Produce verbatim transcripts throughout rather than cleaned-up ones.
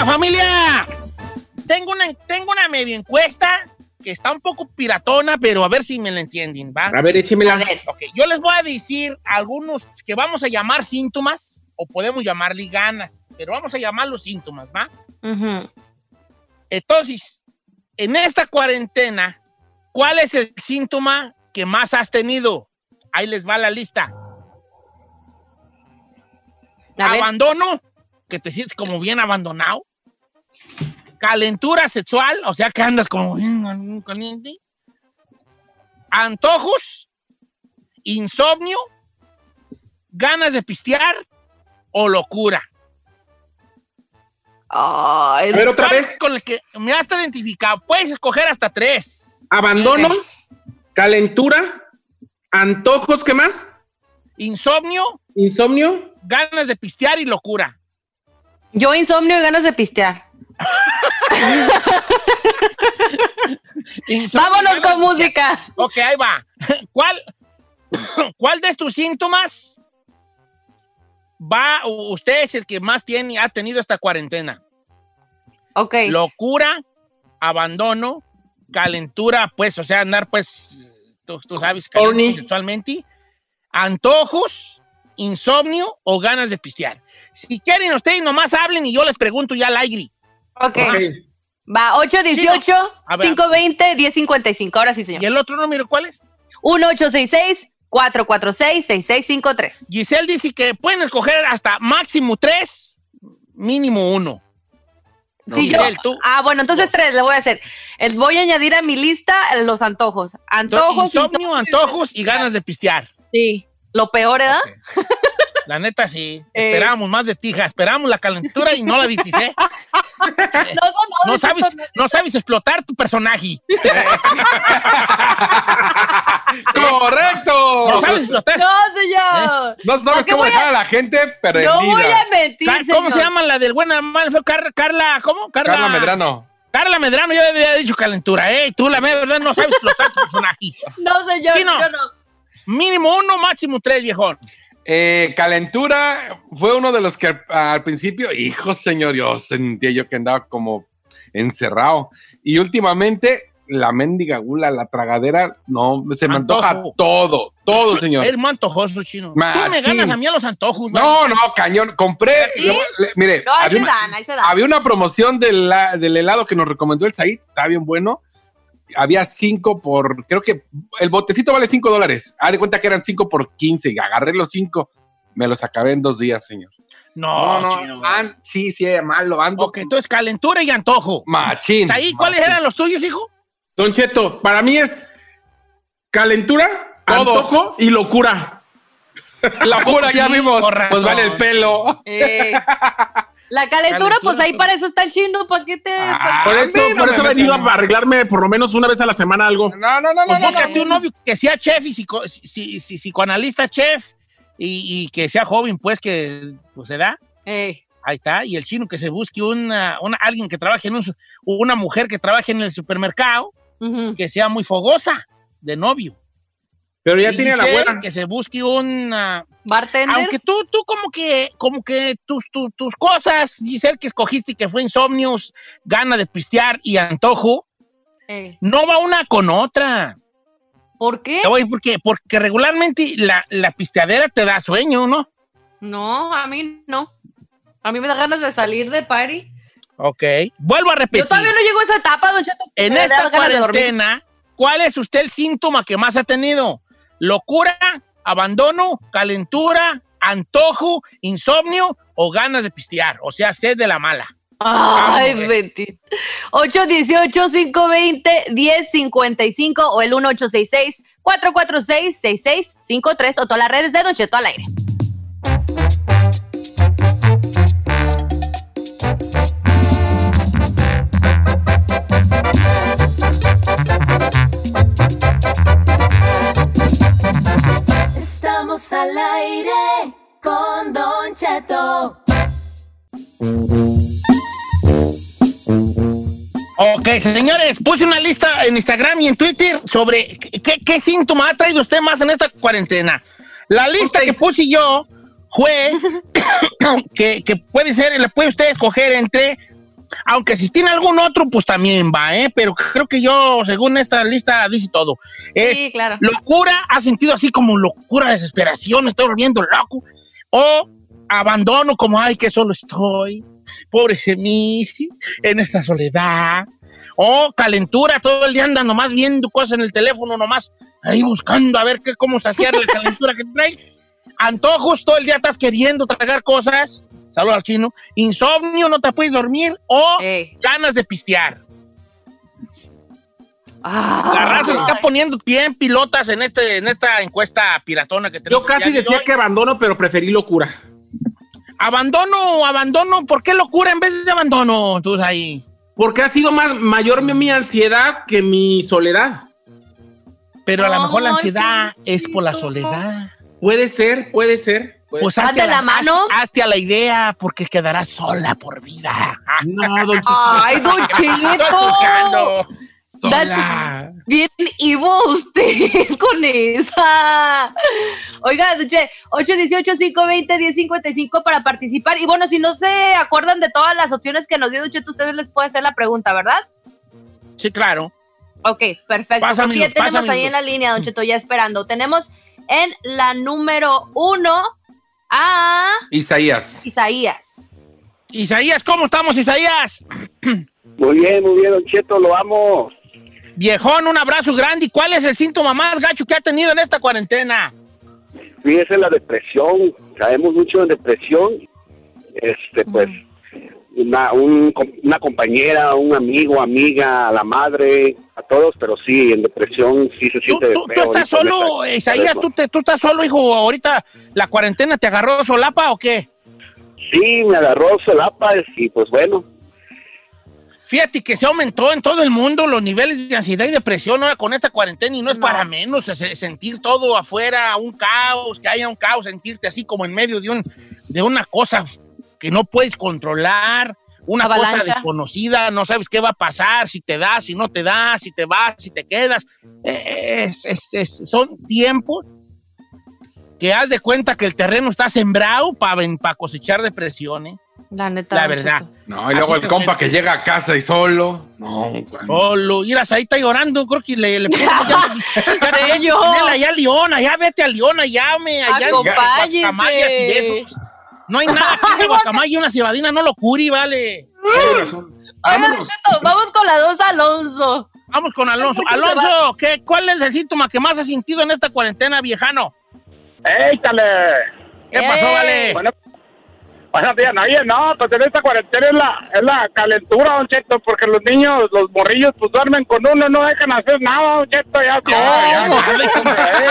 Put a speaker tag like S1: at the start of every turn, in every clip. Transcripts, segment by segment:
S1: Oiga, familia, tengo una, tengo una medio encuesta que está un poco piratona, pero a ver si me la entienden, ¿va?
S2: A ver, échemela.
S1: A ver, ok, yo les voy a decir algunos que vamos a llamar síntomas, o podemos llamarle ganas, pero vamos a llamarlos síntomas, ¿va?
S3: Uh-huh.
S1: Entonces, en esta cuarentena, ¿cuál es el síntoma que más has tenido? Ahí les va la lista. Abandono, que te sientes como bien abandonado. Calentura sexual, o sea que andas como bien caliente. Antojos, insomnio, ganas de pistear o locura.
S3: Oh,
S2: a ver, otra vez.
S1: Con el que me has identificado. Puedes escoger hasta tres.
S2: Abandono, okay. Calentura, antojos, ¿qué más?
S1: Insomnio.
S2: Insomnio.
S1: Ganas de pistear y locura.
S3: Yo insomnio y ganas de pistear.
S1: Insomnio,
S3: vámonos con música.
S1: Ok, ahí va. ¿Cuál, ¿Cuál de estos síntomas va, usted es el que más tiene, ha tenido esta cuarentena?
S3: Ok.
S1: Locura, abandono, calentura, pues, o sea, andar, pues, tú, tú sabes, caliente sexualmente, antojos, insomnio o ganas de pistear. Si quieren ustedes nomás hablen y yo les pregunto ya al aire.
S3: Ok. okay. Va, ocho dieciocho, cinco veinte, diez cincuenta y cinco. Ahora sí, señor.
S1: ¿Y el otro número cuál es?
S3: uno ocho seis seis, cuatro cuatro seis, seis seis cinco tres.
S1: Giselle dice que pueden escoger hasta máximo tres, mínimo uno.
S3: No, sí, Giselle, yo, tú. Ah, bueno, entonces tres le voy a hacer. El, voy a añadir a mi lista los antojos. Antojos,
S1: insomnio, insomnio antojos y ganas de pistear.
S3: Sí, lo peor, ¿verdad?
S1: Okay. La neta, sí. Eh. Esperábamos más de ti, hija. Esperábamos la calentura y no la dices, ¿eh? eh no, no, no, sabes, no sabes explotar tu personaje.
S2: ¡Correcto!
S1: No sabes explotar.
S3: No, señor.
S2: ¿Eh? No sabes cómo dejar a... a la gente perdida.
S3: No voy a mentir,
S1: Car ¿Cómo
S3: señor?
S1: se llama la del buena mal? Fue Car Carla, ¿cómo? Carla,
S2: Carla Medrano.
S1: Carla Medrano, yo le había dicho calentura, ¿eh? Tú, la verdad, no sabes explotar tu personaje.
S3: No, señor,
S1: no?
S3: yo no.
S1: Mínimo uno, máximo tres, viejón.
S2: Eh, calentura fue uno de los que al principio, hijo señor, yo sentía yo que andaba como encerrado. Y últimamente, la mendiga gula, la tragadera, no, se me Antojo. antoja todo, todo, señor.
S1: Es muy antojoso, chino.
S2: Machín.
S1: Tú me ganas a mí a los antojos.
S2: No,
S1: ¿vale?
S2: no, cañón. Compré,
S3: ¿Sí?
S2: yo, le, mire,
S3: no, ahí
S2: había,
S3: se
S2: una,
S3: dan, ahí se dan.
S2: había una promoción del, del helado que nos recomendó el Said, está bien bueno. Había cinco por, creo que el botecito vale cinco dólares. Haz de cuenta que eran cinco por quince y agarré los cinco. Me los acabé en dos días, señor.
S1: No,
S2: no, no
S1: chino.
S2: An, sí, sí, malo, ando.
S1: Ok, entonces calentura y antojo.
S2: Machín.
S1: ¿Ahí cuáles
S2: machín.
S1: eran los tuyos, hijo?
S4: Don Cheto, para mí es calentura, Todos. antojo y locura.
S2: Locura, sí, ya vimos. Pues vale el pelo.
S3: Eh. La calentura, calentura, pues ahí para eso está el chino, ¿para qué te...?
S4: Ah, por eso, no por eso he venido a arreglarme por lo menos una vez a la semana algo.
S2: No, no, no,
S1: pues
S2: no.
S1: Búscate
S2: no, no,
S1: un novio que sea chef y psico, si, si, si, psicoanalista chef y, y que sea joven, pues, que pues, se da.
S3: Hey.
S1: Ahí está. Y el chino que se busque una, una alguien que trabaje en un... Una mujer que trabaje en el supermercado, uh-huh. que sea muy fogosa de novio.
S4: Pero ya
S1: y
S4: tiene la buena.
S1: Que se busque un... Uh,
S3: bartender.
S1: Aunque tú, tú como que, como que tus, tus, tus cosas, Giselle, que escogiste, que fue insomnios, gana de pistear y antojo, eh. no va una con otra.
S3: ¿Por qué?
S1: Oye, porque, porque regularmente la, la pisteadera te da sueño, ¿no?
S3: No, a mí no. A mí me da ganas de salir de party.
S1: Ok. Vuelvo a repetir.
S3: Yo todavía no llego a esa etapa, Don Cheto.
S1: En esta cuarentena, ¿cuál es usted el síntoma que más ha tenido? ¿Locura, abandono, calentura, antojo, insomnio o ganas de pistear? O sea, sed de la mala.
S3: Ay, Betty. ocho dieciocho, cinco veinte, diez cincuenta y cinco o el uno ocho seis seis, cuatro cuatro seis, seis seis cinco tres o todas las redes de Don Cheto al aire.
S5: Estamos al aire con Don Cheto.
S1: Ok, señores, puse una lista en Instagram y en Twitter sobre qué, qué síntoma ha traído usted más en esta cuarentena. La lista okay. que puse yo fue que, que puede ser, le puede usted escoger entre Aunque si tiene algún otro, pues también va, ¿eh? Pero creo que yo, según esta lista, dice todo. Es
S3: Sí, claro.
S1: locura, ha sentido así como locura, desesperación, estoy volviendo loco. O abandono, como, ay, que solo estoy, pobre de mí, en esta soledad. O calentura, todo el día anda nomás viendo cosas en el teléfono, nomás ahí buscando a ver qué, cómo saciar la calentura que traes. Antojos, todo el día estás queriendo tragar cosas. Saludos al chino. Insomnio, no te puedes dormir. O
S3: Ey.
S1: ganas de pistear.
S3: Ah.
S1: La raza se está poniendo bien pilotas en, este, en esta encuesta piratona que tenemos.
S4: Yo casi
S1: Ya
S4: decía
S1: hoy.
S4: que abandono, pero preferí locura.
S1: Abandono, abandono. ¿Por qué locura en vez de abandono? Tú ahí.
S4: Porque ha sido más mayor mi, mi ansiedad que mi soledad.
S1: Pero a lo mejor la
S3: Ay,
S1: ansiedad
S3: qué
S1: es por la
S3: bonito.
S1: soledad.
S4: Puede ser, puede ser. puede
S1: Pues
S4: ser.
S1: hazte a,
S3: Hazte
S1: la,
S3: la mano.
S1: hazte- hazte a la idea, porque quedarás sola por vida.
S4: No, don Cheto.
S3: Ay, Don
S1: Estoy
S3: Cheto.
S1: juzgando.
S4: Sola.
S3: Bien evil usted con esa. Oiga, Duche, ocho uno ocho, cinco dos cero, uno cero cinco cinco para participar. Y bueno, si no se acuerdan de todas las opciones que nos dio Duche, ustedes les puede hacer la pregunta, ¿verdad?
S1: Sí, claro.
S3: Ok, perfecto.
S1: Pásamelos,
S3: Porque ya tenemos
S1: pásamelos.
S3: ahí en la línea, Don Cheto, ya esperando. Tenemos en la número uno a
S2: Isaías.
S3: Isaías.
S1: Isaías, ¿cómo estamos, Isaías?
S6: Muy bien, muy bien, Don Cheto, lo amo.
S1: Viejón, un abrazo grande. ¿Y cuál es el síntoma más gacho que ha tenido en esta cuarentena?
S6: Fíjese la depresión, caemos mucho en depresión. Este, pues, una, un- una compañera, un amigo, amiga, a la madre, a todos, pero sí, en depresión sí se
S1: ¿Tú,
S6: siente de
S1: tú- tú
S6: feo
S1: estás
S6: ahorita en
S1: solo,
S6: esta-
S1: Isaías? ¿tú, te- ¿Tú estás solo, hijo? ¿Ahorita la cuarentena te agarró solapa o qué?
S6: Sí, me agarró solapa y pues bueno.
S1: Fíjate que se aumentó en todo el mundo los niveles de ansiedad y depresión ahora con esta cuarentena y no es
S3: No.
S1: para menos se- sentir todo afuera, un caos, que haya un caos, sentirte así como en medio de, un, de una cosa que no puedes controlar, una
S3: Avalancha.
S1: cosa desconocida, no sabes qué va a pasar, si te da, si no te da, si te vas, si te quedas. Eh, es- es- es- son tiempos que haz de cuenta que el terreno está sembrado para cosechar depresiones.
S3: La neta.
S1: La
S3: Don
S1: verdad.
S3: Cheto.
S2: No, y luego
S1: Así
S2: el
S1: te
S2: compa
S1: ofende.
S2: que llega a casa y solo. No, cuando-
S1: Solo, miras, ahí está llorando, creo que le, le puso ya, ya,
S3: Señor.
S1: ya, allá a Leona, ya vete a Leona, llame, allá en
S3: Acompáñese.
S1: guacamayas y besos. No hay nada que una guacamaya y una cebadina, no lo curi, vale.
S3: Oiga, Don Cheto, vamos con la dos, Alonso.
S1: Vamos con Alonso.
S3: ¿Por qué se
S1: Alonso, ¿qué, ¿cuál es el síntoma que más has sentido en esta cuarentena, viejano?
S6: ¡Échale!
S1: ¿Qué pasó,
S3: ¡Ey!
S1: vale?
S6: Bueno, buenos días, oye, no, pues en esta cuarentena es la, es la calentura, Don Cheto, porque los niños, los morrillos, pues duermen con uno, no dejan hacer nada, Don Cheto, ya.
S1: ¿Cómo?
S6: ya,
S1: No dejan,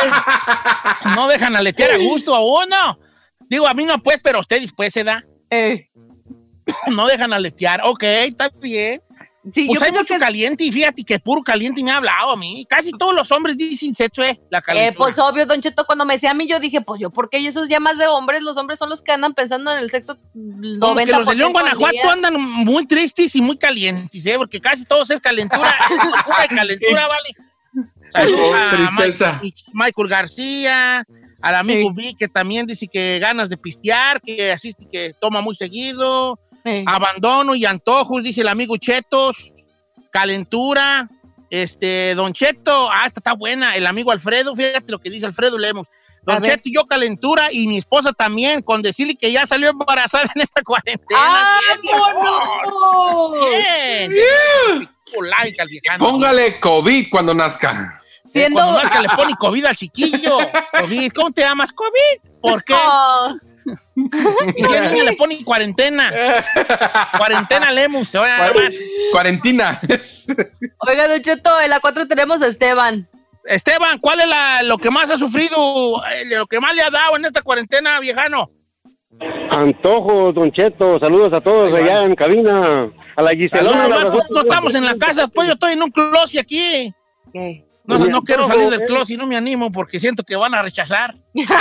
S6: ya.
S1: no dejan aletear a gusto a uno. Digo, a mí no pues, pero a ustedes pues se da.
S3: Eh,
S1: No dejan aletear. Ok, está bien.
S3: sí,
S1: Pues
S3: yo
S1: hay
S3: pienso
S1: mucho
S3: que...
S1: caliente y fíjate que puro caliente me ha hablado a mí. Casi todos los hombres dicen sexo es la
S3: Eh,
S1: calentura.
S3: pues obvio, Don Cheto, cuando me decía a mí, yo dije, pues yo, porque eso es ya más de hombres, los hombres son los que andan pensando en el sexo
S1: Como
S3: noventa
S1: que los de León,
S3: por ciento al
S1: Guanajuato
S3: día.
S1: andan muy tristes y muy calientes, ¿eh? Porque casi todos es calentura. Locura y calentura, vale. Saludos a
S2: Tristeza.
S1: Michael, Michael García, al amigo
S3: Sí.
S1: Vic, que también dice que ganas de pistear, que asiste, que toma muy seguido.
S3: Eh,
S1: Abandono y antojos, dice el amigo Chetos. Calentura. Este, Don Cheto, ah, esta está buena. El amigo Alfredo, fíjate lo que dice Alfredo Lemos.
S3: A
S1: Don
S3: ver.
S1: Cheto y yo calentura y mi esposa también, con decirle que ya salió embarazada en esta cuarentena.
S3: ¡Ah,
S1: Bien,
S3: bueno!
S1: bien. Bien. Like al viejano.
S2: Póngale COVID cuando nazca.
S3: Siendo...
S1: Cuando nazca le pone COVID al chiquillo. COVID, ¿cómo te llamas? COVID. ¿Por qué?
S3: Oh,
S1: Y si a niña le pone cuarentena. Cuarentena Lemus, se va a llamar.
S2: Cuarentina.
S3: oiga, Don Cheto, en la cuatro tenemos a Esteban.
S1: Esteban, ¿cuál es la- lo que más ha sufrido, eh, lo que más le ha dado en esta cuarentena, viejano?
S6: Antojo, Don Cheto, saludos a todos
S1: Ahí va.
S6: allá en cabina. A la Giselona.
S1: No,
S6: la-
S1: no, no estamos en la casa, pues yo estoy en un closet aquí.
S3: ¿Qué?
S1: No, no,
S6: Mi
S1: no quiero
S6: antojo,
S1: salir del
S6: eh.
S1: closet y no me animo porque siento que van a rechazar.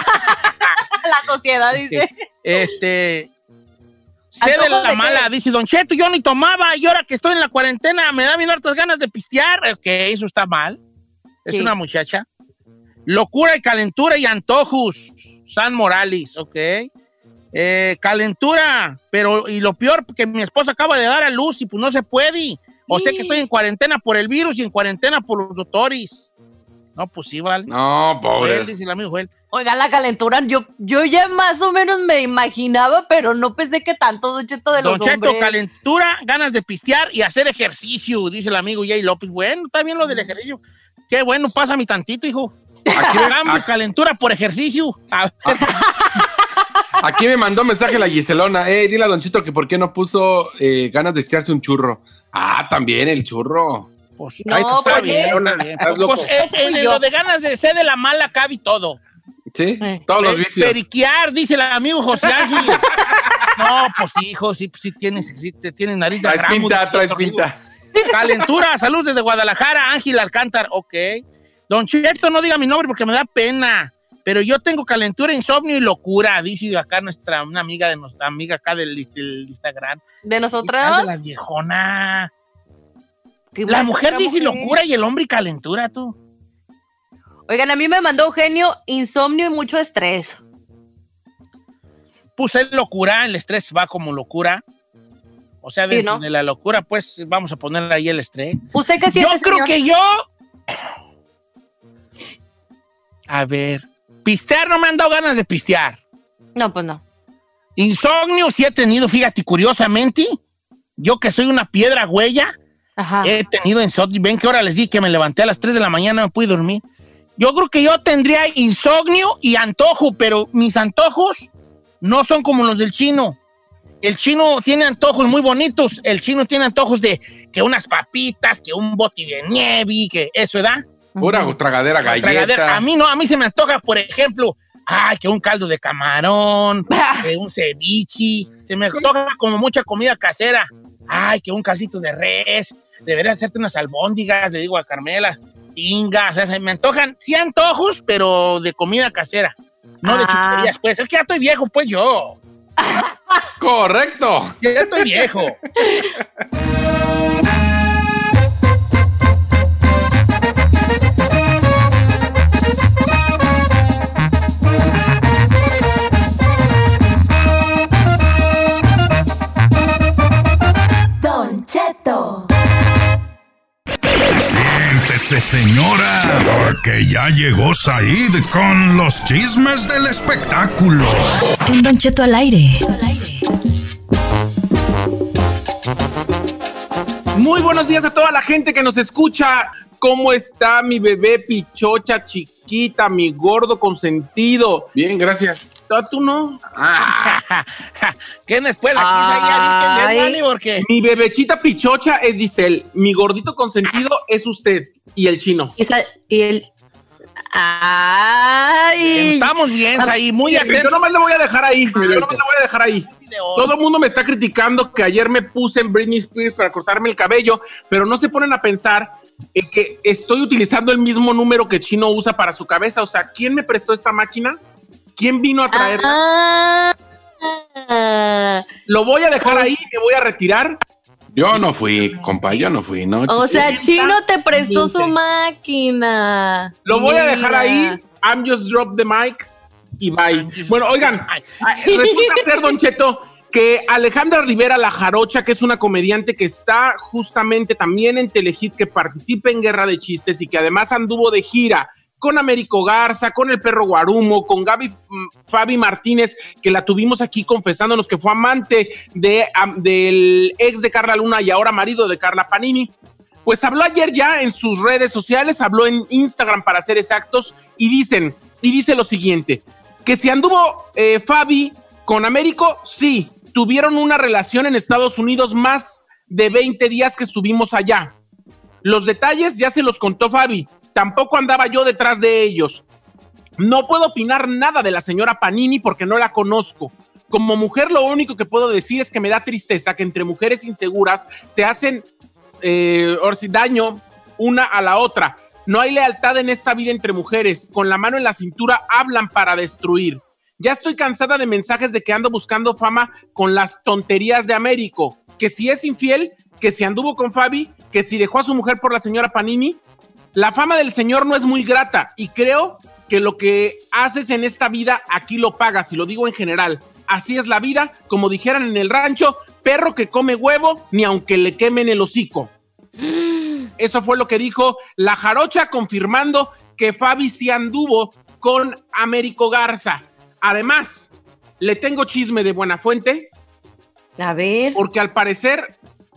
S3: La sociedad dice.
S1: Este. Sé de
S3: ¿Antojos
S1: la
S3: de
S1: mala,
S3: qué?
S1: dice Don Cheto, yo ni tomaba y ahora que estoy en la cuarentena me da bien hartas ganas de pistear. Ok, eso está mal. Es
S3: Sí.
S1: una muchacha. Locura y calentura y antojos. San Morales, ok. Eh, calentura, pero y lo peor, que mi esposa acaba de dar a luz y pues no se puede. O sea que estoy en cuarentena por el virus y en cuarentena por los doctores. No, pues sí, vale.
S2: No, pobre.
S1: Él, dice el amigo Joel.
S3: Oiga, la calentura, yo, yo ya más o menos me imaginaba, pero no pensé que tanto, Don Cheto, de los
S1: Don Cheto,
S3: hombres.
S1: calentura, ganas de pistear y hacer ejercicio, dice el amigo Jay López. Bueno, está bien lo del ejercicio. Qué bueno, pásame tantito, hijo. Aquí cambio, calentura por ejercicio. A ver.
S2: Aquí me mandó mensaje la Giselona. Eh, dile a Don Chito que por qué no puso eh, ganas de echarse un churro. Ah, también el churro.
S1: Pues,
S3: No,
S1: ay, pues, está
S3: ¿por
S1: bien,
S3: qué?
S1: está bien.
S4: Estás loco.
S1: Pues, eh, en, en lo de ganas de ser de la mala cabe todo.
S2: Sí,
S3: Eh.
S2: todos los
S1: Eh,
S2: vicios.
S1: Periquear, dice el amigo José Ángel. No, pues hijo, sí, sí tienes, sí, tienes nariz de
S2: Traes
S1: gramo,
S2: pinta,
S1: dice
S2: traes
S1: otro amigo.
S2: pinta.
S1: Calentura, salud desde Guadalajara, Ángel Alcántara, ok. Don Cheto, no diga mi nombre porque me da pena, pero yo tengo calentura, insomnio y locura, dice acá nuestra, una amiga de nuestra amiga acá del, del Instagram.
S3: ¿De
S1: Ay,
S3: nosotras?
S1: de la viejona.
S3: Qué
S1: La
S3: buena
S1: mujer dice
S3: mujer.
S1: locura y el hombre calentura, tú.
S3: Oigan, a mí me mandó Eugenio insomnio y mucho estrés.
S1: Puse locura, el estrés va como locura. O sea,
S3: Sí,
S1: dentro
S3: ¿no?
S1: de la locura, pues vamos a poner ahí el estrés.
S3: ¿Usted qué
S1: Yo
S3: siente,
S1: creo
S3: señor?
S1: que yo. A ver. Pistear no me han dado ganas de pistear.
S3: No, pues no.
S1: Insomnio sí he tenido, fíjate, curiosamente. Yo que soy una piedra huella,
S3: Ajá.
S1: he tenido insomnio. Ven que ahora les dije que me levanté a las tres de la mañana, no pude dormir. Yo creo que yo tendría insomnio y antojo, pero mis antojos no son como los del chino. El chino tiene antojos muy bonitos. El chino tiene antojos de que unas papitas, que un bote de nieve, que eso, ¿da?
S2: Pura tragadera galleta.
S1: Tragadera. A mí no, a mí se me antoja, por ejemplo, ay, que un caldo de camarón, que un ceviche. Se me antoja como mucha comida casera. Ay, que un caldito de res. Debería hacerte unas albóndigas, le digo a Carmela. Tingas, o sea, se me antojan, sí antojos, pero de comida casera. No de
S3: Ah.
S1: chucherías, pues. Es que ya estoy viejo, pues yo.
S2: Correcto.
S1: Ya estoy viejo.
S5: Don Cheto.
S7: Siéntese, señora, porque ya llegó Said con los chismes del espectáculo.
S5: En Don Cheto al aire.
S4: Muy buenos días a toda la gente que nos escucha. ¿Cómo está mi bebé pichocha chiquita, mi gordo consentido?
S2: Bien, gracias.
S4: Ah, ¿Tú no?
S1: ¿Quién después la quise ahí a
S3: Ay.
S1: vale? Porque
S4: Mi bebechita pichocha es Giselle. Mi gordito consentido es usted y el chino.
S3: Y, sa- y el... Ay.
S1: estamos bien ahí, muy
S4: Yo
S1: atentos.
S4: nomás le voy a dejar ahí. Yo nomás le voy a dejar ahí. Todo el mundo me está criticando que ayer me puse en Britney Spears para cortarme el cabello, pero no se ponen a pensar en que estoy utilizando el mismo número que Chino usa para su cabeza. O sea, ¿quién me prestó esta máquina? ¿Quién vino a traerla?
S3: Ah.
S4: Lo voy a dejar ahí, me voy a retirar.
S2: Yo no fui, compa, yo no fui, ¿no?
S3: O sea, Chino te prestó su
S4: Miente.
S3: máquina.
S4: Lo voy a dejar
S3: Mira.
S4: ahí. I'm just drop the mic y bye. Bueno, oigan,
S1: Ay.
S4: ah, resulta ser, Don Cheto, que Alejandra Rivera La Jarocha, que es una comediante que está justamente también en Telehit, que participa en Guerra de Chistes y que además anduvo de gira con Américo Garza, con el perro Guarumo, con Gaby mm, Fabi Martínez, que la tuvimos aquí confesándonos que fue amante de, am- del ex de Carla Luna y ahora marido de Carla Panini. Pues habló ayer ya en sus redes sociales, habló en Instagram para ser exactos, y dicen, y dice lo siguiente, que si anduvo eh, Fabi con Américo, sí, tuvieron una relación en Estados Unidos más de veinte días que estuvimos allá. Los detalles ya se los contó Fabi, tampoco andaba yo detrás de ellos. No puedo opinar nada de la señora Panini porque no la conozco. Como mujer lo único que puedo decir es que me da tristeza que entre mujeres inseguras se hacen eh, ahora sí, daño una a la otra. No hay lealtad en esta vida entre mujeres. Con la mano en la cintura hablan para destruir. Ya estoy cansada de mensajes de que ando buscando fama con las tonterías de Américo. Que si es infiel, que si anduvo con Fabi, que si dejó a su mujer por la señora Panini. La fama del señor no es muy grata y creo que lo que haces en esta vida aquí lo pagas, y lo digo en general. así es la vida, como dijeran en el rancho, perro que come huevo, ni aunque le quemen el hocico. Eso fue lo que dijo la Jarocha, confirmando que Fabi sí anduvo con Américo Garza. Además, le tengo chisme de buena fuente.
S3: A ver.
S4: Porque al parecer,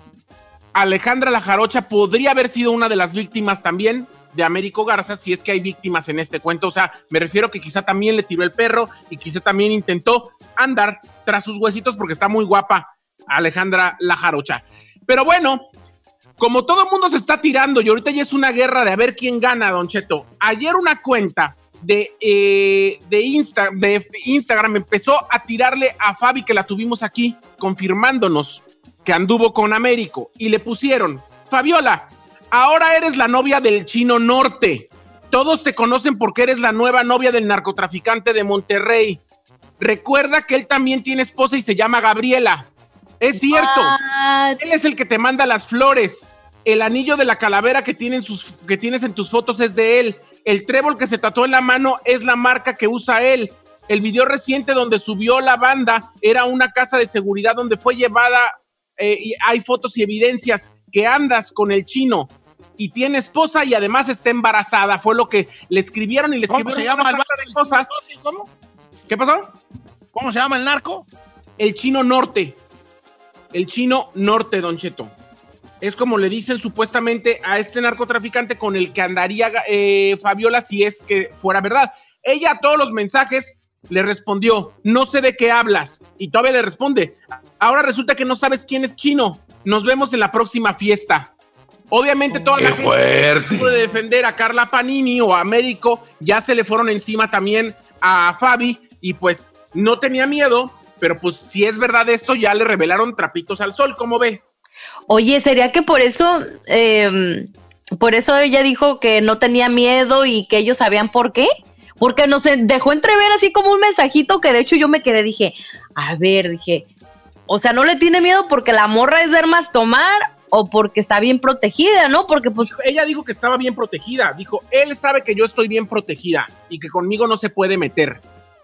S4: Alejandra la Jarocha podría haber sido una de las víctimas también de Américo Garza, si es que hay víctimas en este cuento. O sea, me refiero que quizá también le tiró el perro y quizá también intentó andar tras sus huesitos porque está muy guapa Alejandra la Jarocha. Pero bueno, como todo el mundo se está tirando y ahorita ya es una guerra de a ver quién gana, Don Cheto. Ayer una cuenta de, eh, de, Insta, de Instagram empezó a tirarle a Fabi, que la tuvimos aquí, confirmándonos que anduvo con Américo, y le pusieron: Fabiola, ahora eres la novia del Chino Norte. Todos te conocen porque eres la nueva novia del narcotraficante de Monterrey. Recuerda que él también tiene esposa y se llama Gabriela. Es cierto. What? Él es el que te manda las flores. El anillo de la calavera que, tienen sus, que tienes en tus fotos es de él. El trébol que se tatuó en la mano es la marca que usa él. El video reciente donde subió la banda era una casa de seguridad donde fue llevada, eh, y hay fotos y evidencias que andas con el Chino y tiene esposa y además está embarazada. Fue lo que le escribieron y le escribieron
S1: se llama
S4: una serie de cosas.
S1: ¿Cómo?
S4: ¿Qué pasó?
S1: ¿Cómo se llama el narco?
S4: El Chino Norte. El Chino Norte, Don Cheto. Es como le dicen supuestamente a este narcotraficante con el que andaría eh, Fabiola, si es que fuera verdad. Ella a todos los mensajes le respondió: no sé de qué hablas. Y todavía le responde: ahora resulta que no sabes quién es Chino. Nos vemos en la próxima fiesta. Obviamente toda la gente que puede defender a Carla Panini o a Américo ya se le fueron encima también a Fabi, y pues no tenía miedo, pero pues si es verdad esto, ya le revelaron trapitos al sol. ¿Cómo ve?
S3: Oye, ¿sería que por eso, eh, por eso ella dijo que no tenía miedo y que ellos sabían por qué? Porque nos dejó entrever así como un mensajito que de hecho yo me quedé, dije, a ver, dije, o sea, no le tiene miedo porque la morra es de armas tomar o porque está bien protegida, ¿no? Porque pues...
S4: Ella dijo que estaba bien protegida, dijo, él sabe que yo estoy bien protegida y que conmigo no se puede meter.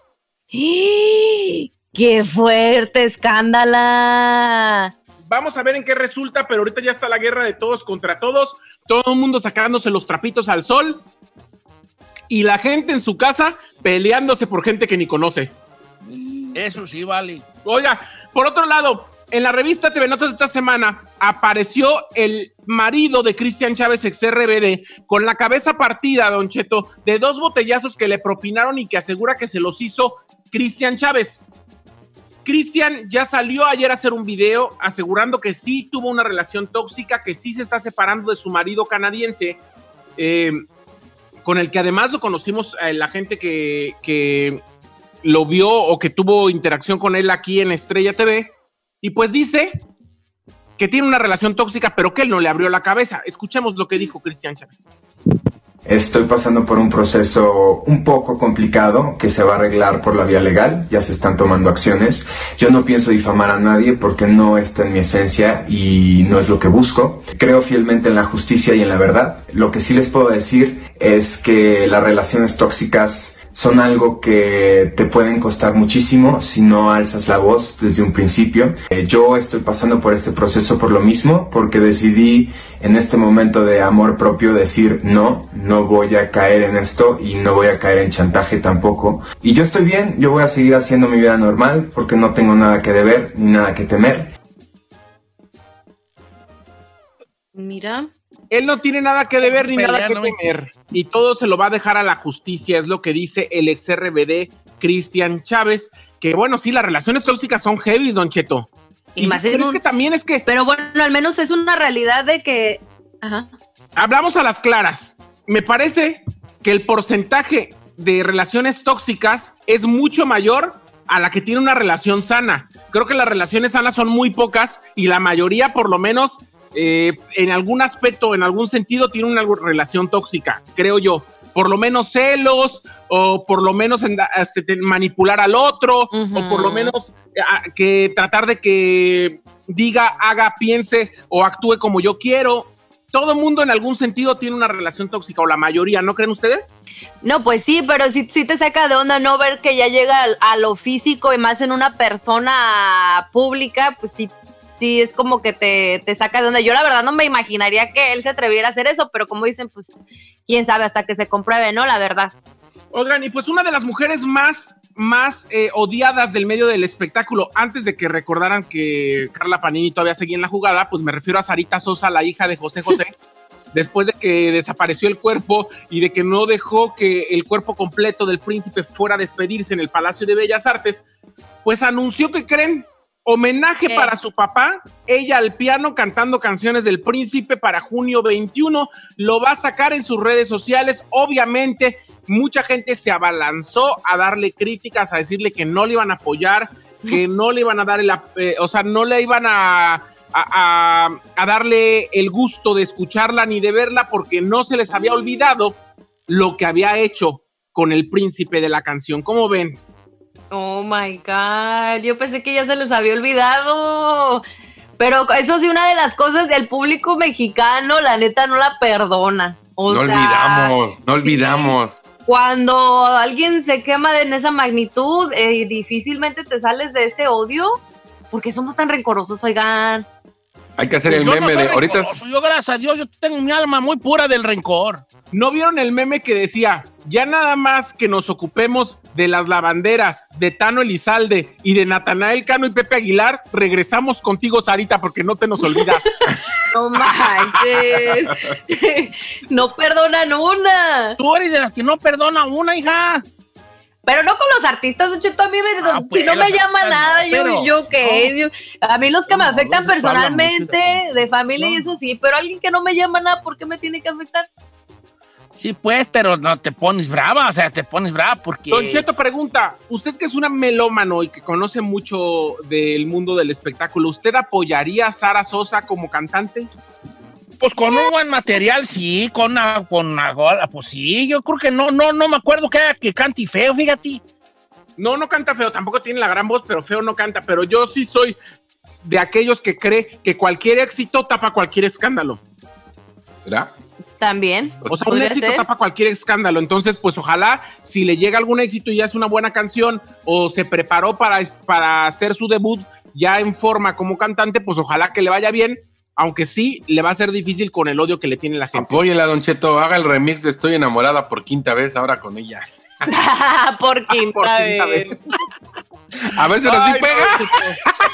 S3: ¡Qué fuerte, escándala!
S4: Vamos a ver en qué resulta, pero ahorita ya está la guerra de todos contra todos, todo el mundo sacándose los trapitos al sol y la gente en su casa peleándose por gente que ni conoce.
S1: Eso sí, vale.
S4: Oiga, por otro lado, en la revista T V Notas esta semana apareció el marido de Cristian Chávez, ex R B D, con la cabeza partida, Don Cheto, de dos botellazos que le propinaron y que asegura que se los hizo Cristian Chávez. Cristian ya salió ayer a hacer un video asegurando que sí tuvo una relación tóxica, que sí se está separando de su marido canadiense, eh, con el que además lo conocimos eh, la gente que, que lo vio o que tuvo interacción con él aquí en Estrella T V, y pues dice que tiene una relación tóxica, pero que él no le abrió la cabeza. Escuchemos lo que dijo Cristian Chávez.
S8: Estoy pasando por un proceso un poco complicado que se va a arreglar por la vía legal, ya se están tomando acciones. Yo no pienso difamar a nadie porque no está en mi esencia y no es lo que busco. Creo fielmente en la justicia y en la verdad. Lo que sí les puedo decir es que las relaciones tóxicas son algo que te pueden costar muchísimo si no alzas la voz desde un principio. Eh, yo estoy pasando por este proceso por lo mismo, porque decidí en este momento de amor propio decir no, no voy a caer en esto y no voy a caer en chantaje tampoco. Y yo estoy bien, yo voy a seguir haciendo mi vida normal porque no tengo nada que deber ni nada que temer.
S3: Mira...
S4: Él no tiene nada que deber ni nada que temer y todo se lo va a dejar a la justicia, es lo que dice el ex R B D Cristian Chávez, que bueno, sí, las relaciones tóxicas son heavy, Don Cheto.
S3: Y, y más es, un...
S4: es que también es que...
S3: Pero bueno, al menos es una realidad de que... Ajá.
S4: Hablamos a las claras. Me parece que el porcentaje de relaciones tóxicas es mucho mayor a la que tiene una relación sana. Creo que las relaciones sanas son muy pocas y la mayoría, por lo menos... Eh, en algún aspecto, en algún sentido tiene una relación tóxica, creo yo, por lo menos celos o por lo menos en, este, manipular al otro, uh-huh. o por lo menos eh, que tratar de que diga, haga, piense o actúe como yo quiero. todo mundo en algún sentido tiene una relación tóxica, o la mayoría, ¿no creen ustedes?
S3: No, pues sí, pero sí, sí te saca de onda no ver que ya llega a, a lo físico y más en una persona pública, pues sí, sí es como que te, te saca de onda. Yo la verdad no me imaginaría que él se atreviera a hacer eso, pero como dicen, pues quién sabe hasta que se compruebe, ¿no? La verdad.
S4: Oigan, y pues una de las mujeres más... más eh, odiadas del medio del espectáculo, antes de que recordaran que Carla Panini todavía seguía en la jugada, pues me refiero a Sarita Sosa, la hija de José José, después de que desapareció el cuerpo y de que no dejó que el cuerpo completo del príncipe fuera a despedirse en el Palacio de Bellas Artes, pues anunció que creen homenaje ¿Qué? Para su papá, ella al piano cantando canciones del príncipe para junio veintiuno, lo va a sacar en sus redes sociales, obviamente. Mucha gente se abalanzó a darle críticas, a decirle que no le iban a apoyar, que no le iban a dar el, eh, o sea, no le iban a, a, a, a darle el gusto de escucharla ni de verla porque no se les había olvidado lo que había hecho con el príncipe de la canción. ¿Cómo ven?
S3: Oh my God, yo pensé que ya se les había olvidado. Pero eso sí, una de las cosas del público mexicano, la neta, no la perdona. O
S2: no
S3: sea,
S2: olvidamos, no olvidamos.
S3: Sí. Cuando alguien se quema en esa magnitud, eh, difícilmente te sales de ese odio, porque somos tan rencorosos, oigan.
S2: Hay que hacer
S1: Pues
S2: el
S1: yo
S2: meme
S1: no soy
S2: de ahorita.
S1: rencoroso, yo, gracias a Dios, yo tengo mi alma muy pura del rencor.
S4: ¿No vieron el meme que decía, ya nada más que nos ocupemos de las lavanderas, de Tano Elizalde y de Natanael Cano y Pepe Aguilar, regresamos contigo, Sarita, porque no te nos olvidas?
S3: No manches. No perdonan una.
S1: Tú eres de las que no perdona una, hija.
S3: Pero no con los artistas, Don Cheto, a mí me,
S1: Ah, pues,
S3: si no me llama nada,
S1: no,
S3: yo,
S1: pero,
S3: yo qué,
S1: no.
S3: yo- a mí los que me
S1: No,
S3: afectan
S1: no, eso habla
S3: personalmente,
S1: mucho de-
S3: de familia y
S1: No.
S3: eso sí, pero alguien que no me llama nada, ¿por qué me tiene que afectar?
S1: Sí, pues, pero no te pones brava, o sea, te pones brava porque...
S4: Don Cheto pregunta, usted que es una melómano y que conoce mucho del mundo del espectáculo, ¿usted apoyaría a Sara Sosa como cantante?
S1: Pues con un buen material, sí, con una, con una gola, pues sí, yo creo que no, no, no me acuerdo que haya que cante feo, fíjate.
S4: No, no canta feo, tampoco tiene la gran voz, pero feo no canta, pero yo sí soy de aquellos que cree que cualquier éxito tapa cualquier escándalo.
S2: ¿Verdad?
S3: También.
S4: O sea, un
S3: podría
S4: éxito
S3: ser.
S4: tapa cualquier escándalo. Entonces, pues ojalá si le llega algún éxito y ya es una buena canción o se preparó para, para hacer su debut ya en forma como cantante, pues ojalá que le vaya bien, aunque sí le va a ser difícil con el odio que le tiene la gente.
S2: Apóyela, Don Cheto, haga el remix de Estoy enamorada por quinta vez ahora con ella.
S3: Por quinta,
S4: Por quinta
S3: vez.
S4: vez.
S2: A ver si ahora sí
S4: Ay, no,
S2: pega.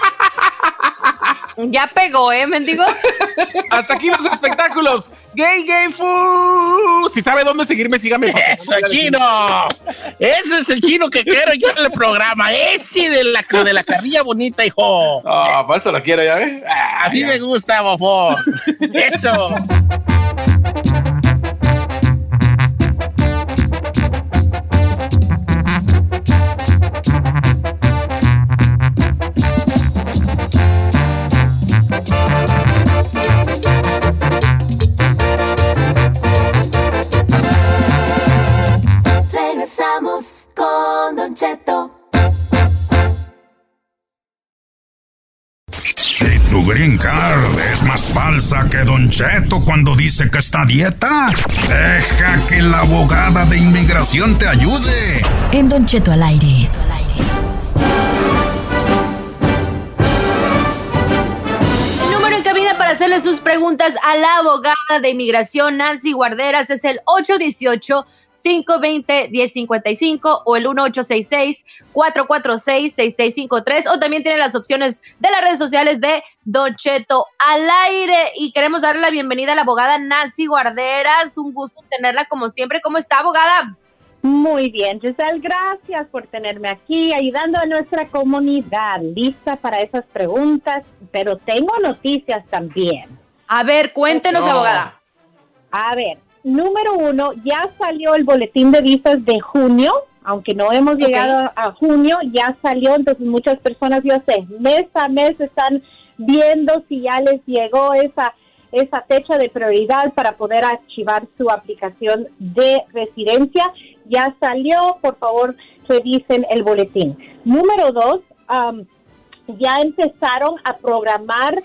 S3: Ya pegó, ¿eh, mendigo?
S4: Hasta aquí los espectáculos. Gay, gay, fu. Si sabe dónde seguirme, sígame.
S1: ¡Eso, chino! Ese es el chino que quiero yo en el programa. Ese de la, de la carrilla bonita, hijo.
S2: Ah, por eso lo quiero, ¿ya ves? Ah,
S1: Así
S2: ya.
S1: me gusta, bofo. Eso.
S5: Regresamos con Don Cheto.
S7: Si tu green card es más falsa que Don Cheto cuando dice que está a dieta, deja que la abogada de inmigración te ayude.
S5: En Don Cheto al aire.
S3: El número en cabina para hacerle sus preguntas a la abogada de inmigración Nancy Guarderas es el ocho uno ocho, cinco dos cero, uno cero cinco cinco o el uno ocho seis seis, cuatro cuatro seis, seis seis cinco tres, o también tiene las opciones de las redes sociales de Don Cheto al aire. Y queremos darle la bienvenida a la abogada Nancy Guarderas. Un gusto tenerla como siempre. ¿Cómo está, abogada?
S9: Muy bien, Giselle, gracias por tenerme aquí, ayudando a nuestra comunidad, lista para esas preguntas, pero tengo noticias también.
S3: A ver, cuéntenos,
S2: No.
S3: abogada.
S9: A ver, número uno, ya salió el boletín de visas de junio, aunque no hemos
S3: Ok.
S9: llegado a junio, ya salió, entonces muchas personas, yo sé, mes a mes están viendo si ya les llegó esa esa fecha de prioridad para poder archivar su aplicación de residencia. Ya salió, por favor, revisen el boletín. Número dos, um, ya empezaron a programar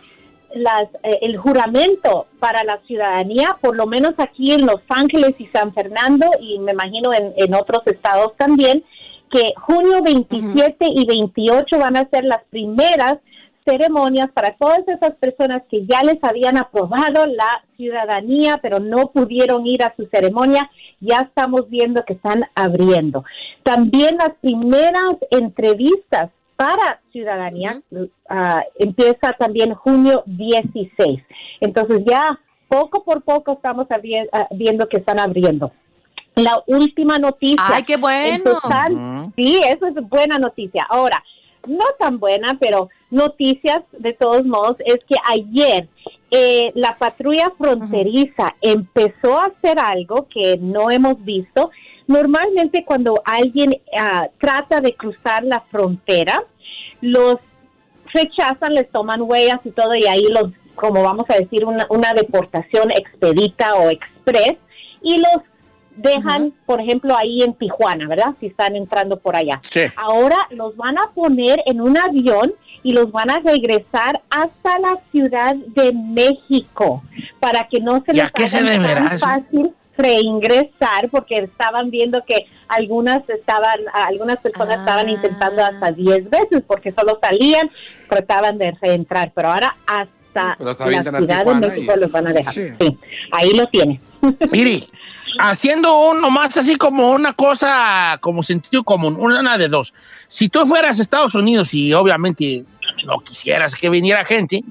S9: las, eh, el juramento para la ciudadanía, por lo menos aquí en Los Ángeles y San Fernando, y me imagino en, en otros estados también, que junio veintisiete uh-huh. y veintiocho van a ser las primeras ceremonias para todas esas personas que ya les habían aprobado la ciudadanía, pero no pudieron ir a su ceremonia. Ya estamos viendo que están abriendo. También las primeras entrevistas para ciudadanía uh-huh. uh, empieza también junio dieciséis. Entonces ya poco por poco estamos abri- uh, viendo que están abriendo. La última noticia.
S3: ¡Ay, qué bueno!
S9: Total, uh-huh. Sí, eso es buena noticia. Ahora, no tan buena, pero noticias de todos modos, es que ayer eh, la patrulla fronteriza uh-huh. empezó a hacer algo que no hemos visto. Normalmente cuando alguien uh, trata de cruzar la frontera, los rechazan, les toman huellas y todo, y ahí los, como vamos a decir, una, una deportación expedita o express, y los dejan, uh-huh. por ejemplo, ahí en Tijuana, ¿verdad? Si están entrando por allá. Sí. Ahora los van a poner en un avión y los van a regresar hasta la Ciudad de México para que no se les haga tan fácil reingresar, porque estaban viendo que algunas estaban, algunas personas ah. estaban intentando hasta diez veces porque solo salían, trataban de reentrar, pero ahora hasta la Ciudad de México y... los van a dejar. Sí. Sí. Ahí lo tiene.
S1: Mire, haciendo uno más así como una cosa, como sentido común, una de dos. Si tú fueras a Estados Unidos y obviamente no quisieras que viniera gente,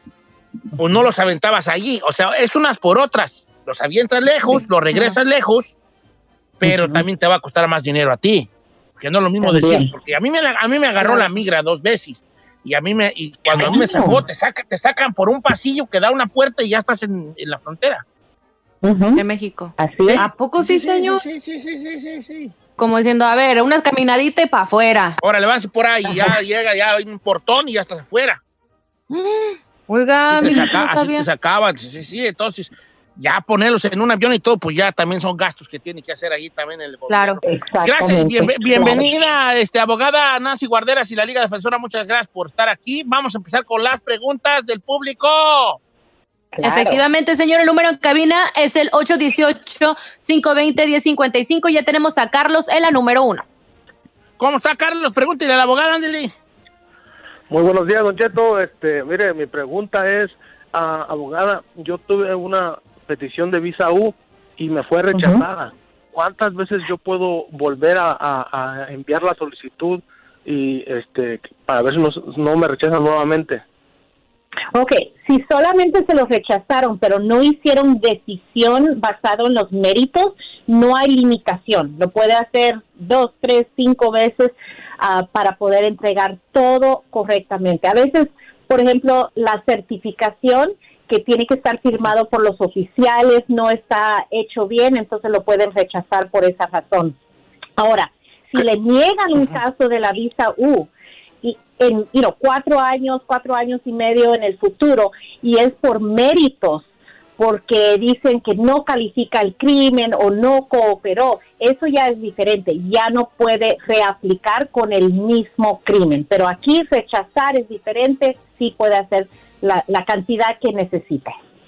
S1: pues no los aventabas allí. O sea, es unas por otras. Los avientas lejos, los regresas uh-huh. lejos, pero uh-huh. también te va a costar más dinero a ti. Que no es lo mismo también. Decir, porque a mí me, a mí me agarró la migra dos veces. Y a mí me, y cuando a mí me sacó, te, saca, te sacan por un pasillo que da una puerta y ya estás en, en la frontera.
S3: Uh-huh. De México.
S9: Así es.
S3: ¿A poco sí, sí señor?
S1: Sí, sí, sí, sí, sí, sí.
S3: Como diciendo, a ver, una caminadita y para afuera.
S1: Ahora le vas por ahí y ya llega, ya hay un portón y ya estás afuera.
S3: Mm. Oiga,
S1: así te, saca, no así te sacaban, sí, sí, sí, entonces ya ponerlos en un avión y todo, pues ya también son gastos que tiene que hacer ahí también el gobierno.
S3: Claro.
S1: Gracias, bien, bienvenida, este, abogada Nancy Guarderas y la Liga Defensora, muchas gracias por estar aquí. Vamos a empezar con las preguntas del público.
S3: Claro. Efectivamente, señor, el número en cabina es el ocho uno ocho, cinco dos cero, uno cero cinco cinco. Ya tenemos a Carlos en la número uno.
S1: ¿Cómo está, Carlos? Pregúntele a la abogada, ándele.
S10: Muy buenos días, don Cheto. Este, mire, mi pregunta es, uh, abogada, yo tuve una petición de visa U y me fue rechazada. Uh-huh. ¿Cuántas veces yo puedo volver a, a, a enviar la solicitud y este para ver si no, no me rechazan nuevamente?
S9: Ok, si solamente se los rechazaron, pero no hicieron decisión basado en los méritos, no hay limitación. Lo puede hacer dos, tres, cinco veces uh, para poder entregar todo correctamente. A veces, por ejemplo, la certificación que tiene que estar firmado por los oficiales no está hecho bien, entonces lo pueden rechazar por esa razón. Ahora, si le niegan un caso de la visa U, y en you know, cuatro años, cuatro años y medio en el futuro, y es por méritos, porque dicen que no califica el crimen o no cooperó, eso ya es diferente, ya no puede reaplicar con el mismo crimen, pero aquí rechazar es diferente, sí puede hacer la, la cantidad que necesite.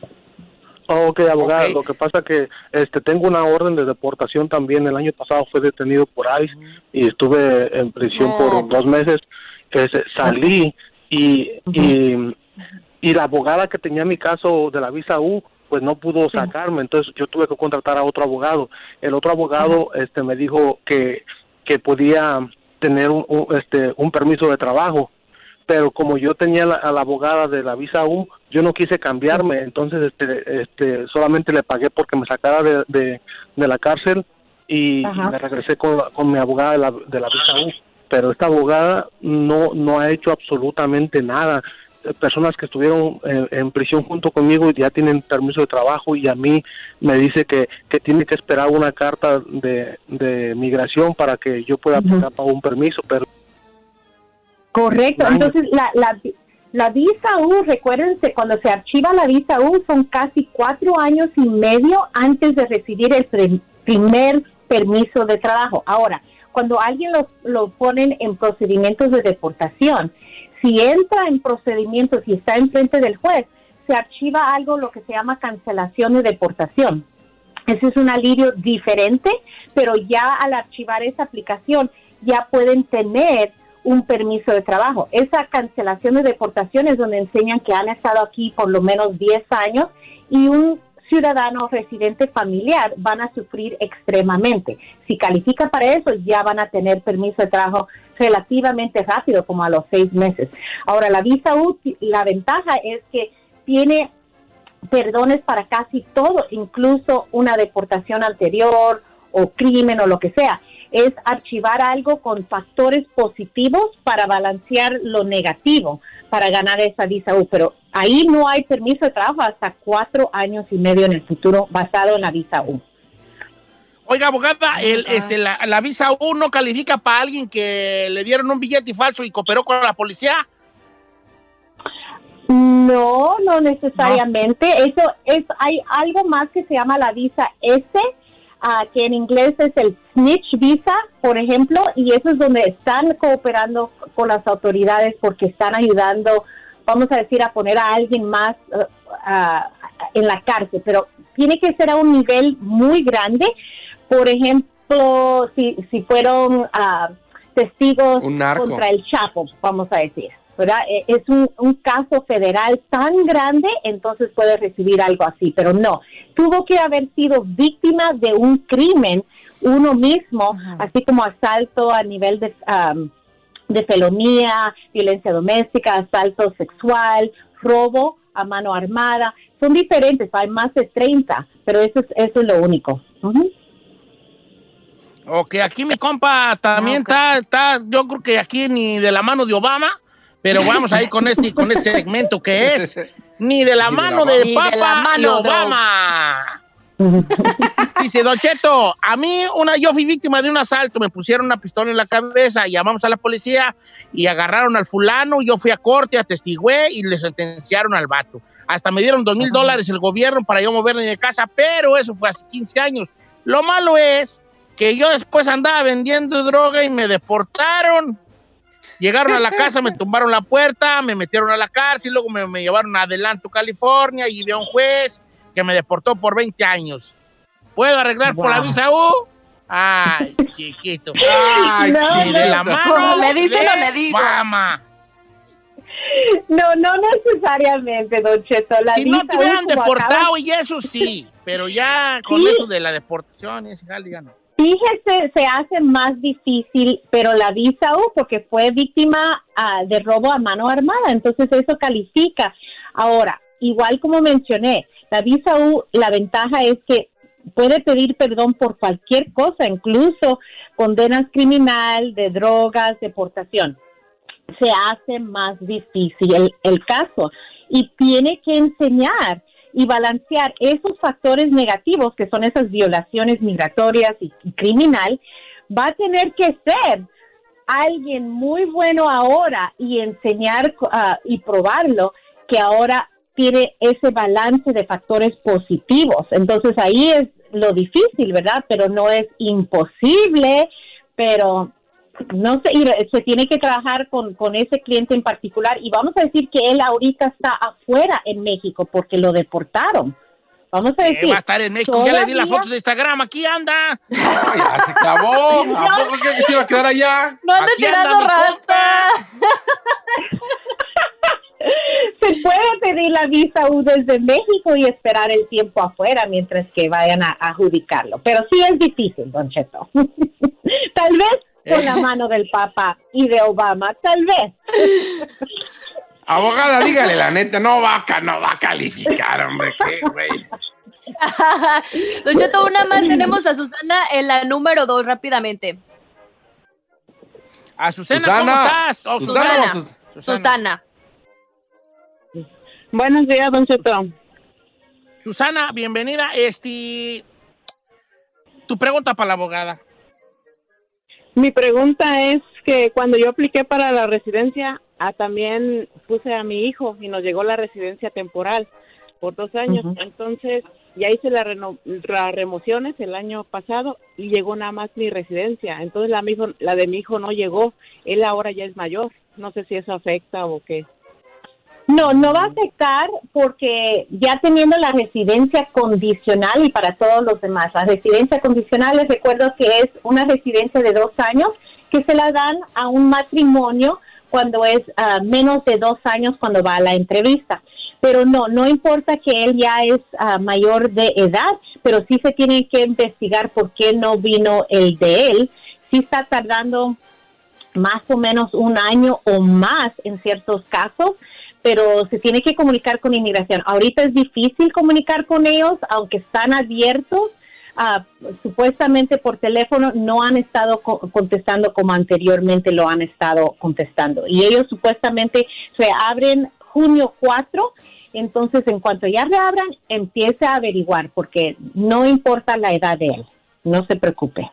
S10: Oh, ok, abogada, okay. Lo que pasa que este tengo una orden de deportación también. El año pasado fue detenido por I C E y estuve en prisión oh, por dos meses. Que salí y, uh-huh. y y la abogada que tenía mi caso de la visa U pues no pudo sacarme, entonces yo tuve que contratar a otro abogado. El otro abogado uh-huh. este me dijo que que podía tener un, un este un permiso de trabajo, pero como yo tenía la, a la abogada de la visa U, yo no quise cambiarme, entonces este este solamente le pagué porque me sacara de de, de la cárcel y, y me regresé con, con mi abogada de la, de la visa U. Pero esta abogada no no ha hecho absolutamente nada. Personas que estuvieron en, en prisión junto conmigo ya tienen permiso de trabajo y a mí me dice que, que tiene que esperar una carta de, de migración para que yo pueda aplicar uh-huh. para un permiso. Pero
S9: correcto, entonces la, la, la visa U, recuérdense, cuando se archiva la visa U son casi cuatro años y medio antes de recibir el pre, primer permiso de trabajo. Ahora, cuando alguien lo, lo ponen en procedimientos de deportación, si entra en procedimientos y está enfrente del juez, se archiva algo lo que se llama cancelación de deportación. Ese es un alivio diferente, pero ya al archivar esa aplicación ya pueden tener un permiso de trabajo. Esa cancelación de deportación es donde enseñan que han estado aquí por lo menos diez años y un ciudadano residente familiar van a sufrir extremadamente. Si califica para eso, ya van a tener permiso de trabajo relativamente rápido, como a los seis meses. Ahora, la visa U, la ventaja es que tiene perdones para casi todo, incluso una deportación anterior o crimen o lo que sea. Es archivar algo con factores positivos para balancear lo negativo, para ganar esa visa U, pero ahí no hay permiso de trabajo hasta cuatro años y medio en el futuro basado en la visa U.
S1: Oiga, abogada, el, este, la, la visa U no califica para alguien que le dieron un billete falso y cooperó con la policía.
S9: No, no necesariamente. No. Eso es, hay algo más que se llama la visa S, uh, que en inglés es el snitch visa, por ejemplo, y eso es donde están cooperando con las autoridades porque están ayudando, vamos a decir, a poner a alguien más uh, uh, en la cárcel, pero tiene que ser a un nivel muy grande. Por ejemplo, si, si fueron uh, testigos contra el Chapo, vamos a decir, ¿verdad? Es un, un caso federal tan grande, entonces puede recibir algo así, pero no. Tuvo que haber sido víctima de un crimen uno mismo, uh-huh. así como asalto a nivel de, um, de felonía, violencia doméstica, asalto sexual, robo a mano armada. Son diferentes, hay más de treinta, pero eso es, eso es lo único. Uh-huh.
S1: Ok, aquí mi compa también okay. está, está, yo creo que aquí ni de la mano de Obama, pero vamos ahí con este, con este segmento que es ni de la mano del Papa y Obama. Dice, Don Cheto, a mí una, yo fui víctima de un asalto, me pusieron una pistola en la cabeza, llamamos a la policía y agarraron al fulano, yo fui a corte, atestigué y le sentenciaron al vato. Hasta me dieron dos mil dólares el gobierno para yo moverme de casa, pero eso fue hace quince años. Lo malo es que yo después andaba vendiendo droga y me deportaron. Llegaron a la casa, me tumbaron la puerta, me metieron a la cárcel, luego me, me llevaron a Adelanto, California, y vi a un juez que me deportó por veinte años. ¿Puedo arreglar wow. por la visa U? Ay, chiquito. Ay,
S9: no,
S1: sí, de la mano.
S3: ¿Le dice o no le digo?
S1: Obama.
S9: No, no necesariamente, Don Cheto. La
S1: si
S9: visa
S1: no te hubieran
S9: U,
S1: deportado
S9: acabas...
S1: y eso sí, pero ya con sí. eso de la deportación, ese jale ya no.
S9: Fíjese, se hace más difícil, pero la visa U, porque fue víctima uh, de robo a mano armada, entonces eso califica. Ahora, igual como mencioné, la visa U, la ventaja es que puede pedir perdón por cualquier cosa, incluso condenas criminal, de drogas, deportación. Se hace más difícil el, el caso y tiene que enseñar y balancear esos factores negativos que son esas violaciones migratorias y, y criminal. Va a tener que ser alguien muy bueno ahora y enseñar uh, y probarlo que ahora tiene ese balance de factores positivos. Entonces ahí es lo difícil, ¿verdad? Pero no es imposible, pero no sé, y se tiene que trabajar con, con ese cliente en particular y vamos a decir que él ahorita está afuera en México porque lo deportaron. Vamos a decir.
S1: Eh, va a estar en México, ya le vi las fotos de Instagram, aquí anda.
S2: No, ya se acabó. ¿A poco que se iba a quedar allá?
S3: No ande tirando rata.
S9: Se puede pedir la visa U desde México y esperar el tiempo afuera mientras que vayan a, a adjudicarlo. Pero sí es difícil, Don Cheto. Tal vez con la mano del Papa y de Obama, tal vez.
S2: Abogada, dígale la neta, no va a, no va a calificar, hombre, qué güey.
S3: Don Cheto, una más, tenemos a Susana en la número dos, rápidamente.
S1: A Susana,
S2: Susana.
S1: ¿cómo estás?
S3: Oh, Susana. Susana. Susana. Susana.
S11: Buenos días, Don Cheto.
S1: Susana, bienvenida. Este, tu pregunta para la abogada.
S11: Mi pregunta es que cuando yo apliqué para la residencia, ah, también puse a mi hijo y nos llegó la residencia temporal por dos años. Uh-huh. Entonces, ya hice las reno- la remociones el año pasado y llegó nada más mi residencia. Entonces, la, mi hijo, la de mi hijo no llegó. Él ahora ya es mayor. No sé si eso afecta o qué.
S9: No, no va a afectar porque ya teniendo la residencia condicional y para todos los demás, la residencia condicional les recuerdo que es una residencia de dos años que se la dan a un matrimonio cuando es uh, menos de dos años cuando va a la entrevista. Pero no, no importa que él ya es uh, mayor de edad, pero sí se tiene que investigar por qué no vino el de él. Sí está tardando más o menos un año o más en ciertos casos, pero se tiene que comunicar con inmigración. Ahorita es difícil comunicar con ellos, aunque están abiertos. Uh, supuestamente por teléfono no han estado co- contestando como anteriormente lo han estado contestando. Y ellos supuestamente reabren junio cuatro, entonces en cuanto ya reabran, empiece a averiguar, porque no importa la edad de él. No se preocupe.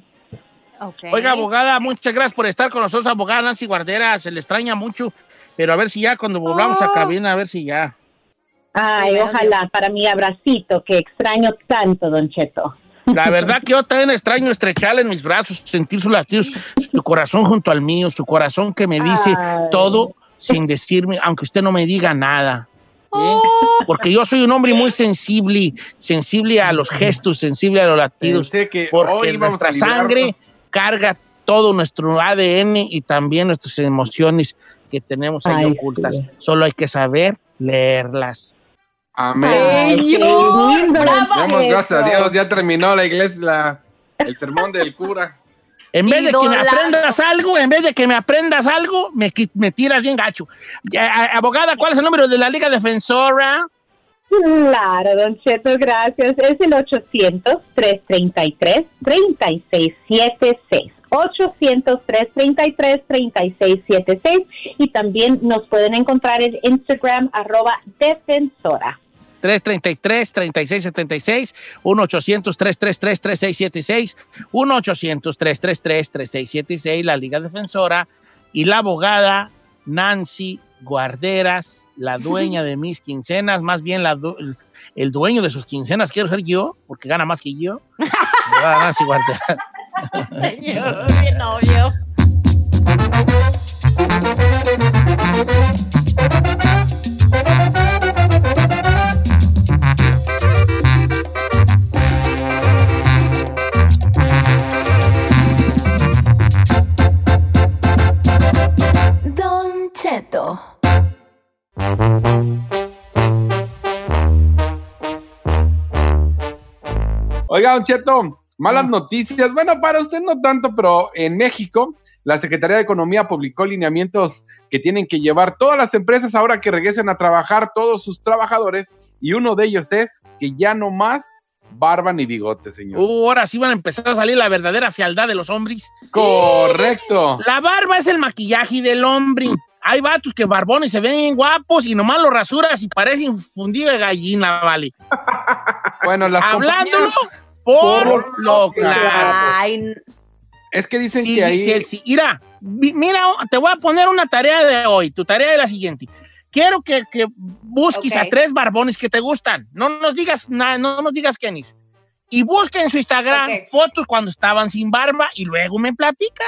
S1: Okay. Oiga, abogada, muchas gracias por estar con nosotros, abogada Nancy Guardera. Se le extraña mucho, pero a ver si ya cuando volvamos oh. a cabina, a ver si ya.
S9: Ay, sí, ojalá, Dios. Para mi abracito, que extraño tanto, Don Cheto.
S1: La verdad que yo también extraño estrecharle en mis brazos, sentir sus latidos, su corazón junto al mío, su corazón que me dice Ay. todo sin decirme, aunque usted no me diga nada. ¿sí? Oh. Porque yo soy un hombre muy sensible, sensible a los gestos, sensible a los latidos, que porque nuestra sangre carga todo nuestro A D N y también nuestras emociones que tenemos ahí Ay, ocultas. Sí. Solo hay que saber leerlas.
S2: Amén. Damos gracias a Dios, ya terminó la iglesia, la, el sermón del cura.
S1: En vez de que me aprendas algo, en vez de que me aprendas algo, me, me tiras bien gacho. Abogada, ¿cuál es el número de la Liga Defensora?
S9: Claro, Don Cheto, gracias. Es el ochocientos, tres treinta y tres, treinta y seis setenta y seis. ochocientos, tres treinta y tres, treinta y seis setenta y seis. Y también nos pueden encontrar en Instagram, arroba defensora.
S1: tres treinta y tres, treinta y seis setenta y seis, uno ochocientos, tres treinta y tres, treinta y seis setenta y seis, uno ochocientos, tres treinta y tres, treinta y seis setenta y seis, la Liga Defensora, y la abogada Nancy Guarderas, la dueña de mis quincenas, más bien la du el dueño de sus quincenas quiero ser yo, porque gana más que yo. Abogada Nancy Guarderas.
S3: Señor, mi novio.
S5: Don Cheto.
S2: Oiga, Don Cheto, malas mm. noticias. Bueno, para usted no tanto, pero en México, la Secretaría de Economía publicó lineamientos que tienen que llevar todas las empresas ahora que regresen a trabajar todos sus trabajadores, y uno de ellos es que ya no más barba ni bigote, señor.
S1: Uh, ahora sí van a empezar a salir la verdadera fealdad de los hombres.
S2: Correcto.
S1: La barba es el maquillaje del hombre. Hay vatos que barbones se ven guapos y nomás los rasuras y parecen fundido de gallina, vale.
S2: Bueno, las
S1: Hablándolo por, por lo claro.
S3: Ay.
S2: Es que dicen
S1: sí,
S2: que ahí...
S1: Sí, sí. Mira, mira, te voy a poner una tarea de hoy. Tu tarea es la siguiente. Quiero que, que busques okay. a tres barbones que te gustan. No nos digas nada, no nos digas quiénes. Y busca en su Instagram okay. fotos cuando estaban sin barba y luego me platica.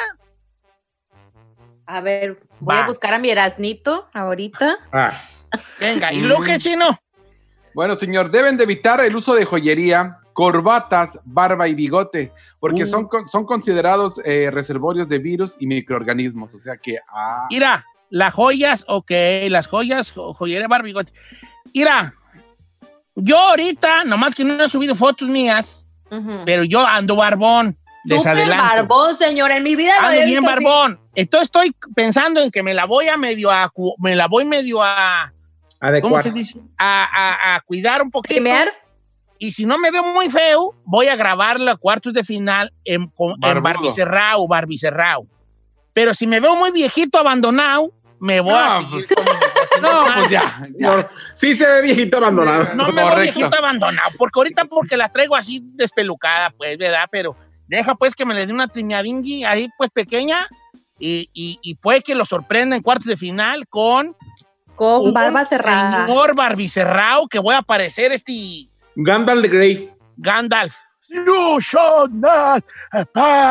S3: A ver, voy Va. a buscar a mi Erasnito ahorita.
S2: Ah.
S1: Venga, ¿y luego qué, Chino?
S2: Bueno, señor, deben de evitar el uso de joyería, corbatas, barba y bigote, porque uh. son, son considerados eh, reservorios de virus y microorganismos. O sea que... Ah.
S1: Mira, las joyas, ok, las joyas, jo joyería, barba y bigote. Mira, yo ahorita, nomás que no he subido fotos mías, uh-huh. pero yo ando barbón.
S3: Súper barbón, señor, en mi vida
S1: lo he bien barbón. Así. Entonces estoy pensando en que me la voy a medio a, me la voy medio a...
S4: Adecuar.
S1: ¿Cómo se dice? A, a, a cuidar un poquito.
S3: ¿Primear?
S1: Y si no me veo muy feo, voy a grabar los cuartos de final en, en barbicerrao, barbicerrao. Pero si me veo muy viejito, abandonado, me voy no, a seguir
S2: pues, con No, pues ya. ya.
S4: No, sí se ve viejito abandonado.
S1: No, no me veo viejito abandonado, porque ahorita porque la traigo así despelucada, pues, ¿verdad? Pero deja pues que me le dé una trimeadingui ahí pues pequeña y, y, y puede que lo sorprenda en cuartos de final con...
S3: Con barba cerrada.
S1: Señor barbicerrao que voy a aparecer este...
S4: Gandalf the Grey.
S1: Gandalf. You should not